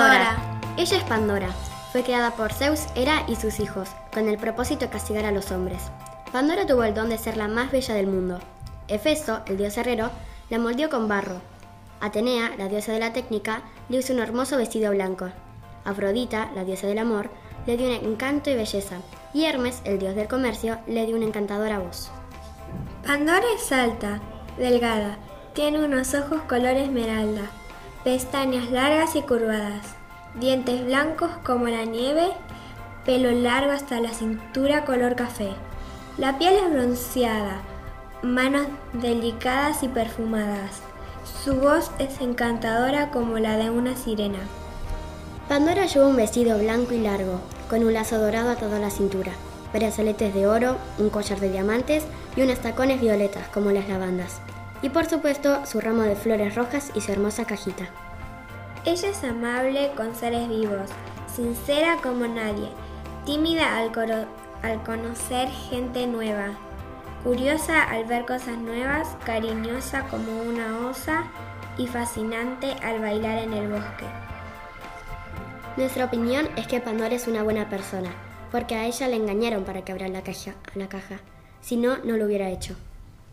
Pandora. Ella es Pandora. Fue creada por Zeus, Hera y sus hijos, con el propósito de castigar a los hombres. Pandora tuvo el don de ser la más bella del mundo. Hefesto, el dios herrero, la moldeó con barro. Atenea, la diosa de la técnica, le hizo un hermoso vestido blanco. Afrodita, la diosa del amor, le dio un encanto y belleza. Y Hermes, el dios del comercio, le dio una encantadora voz. Pandora es alta, delgada, tiene unos ojos color esmeralda, pestañas largas y curvadas, dientes blancos como la nieve, pelo largo hasta la cintura color café. La piel es bronceada, manos delicadas y perfumadas. Su voz es encantadora como la de una sirena. Pandora lleva un vestido blanco y largo, con un lazo dorado atado a la cintura, brazaletes de oro, un collar de diamantes y unos tacones violetas como las lavandas. Y por supuesto, su ramo de flores rojas y su hermosa cajita. Ella es amable con seres vivos, sincera como nadie, tímida al conocer gente nueva, curiosa al ver cosas nuevas, cariñosa como una osa y fascinante al bailar en el bosque. Nuestra opinión es que Pandora es una buena persona, porque a ella le engañaron para que abriera la caja. Si no, no lo hubiera hecho.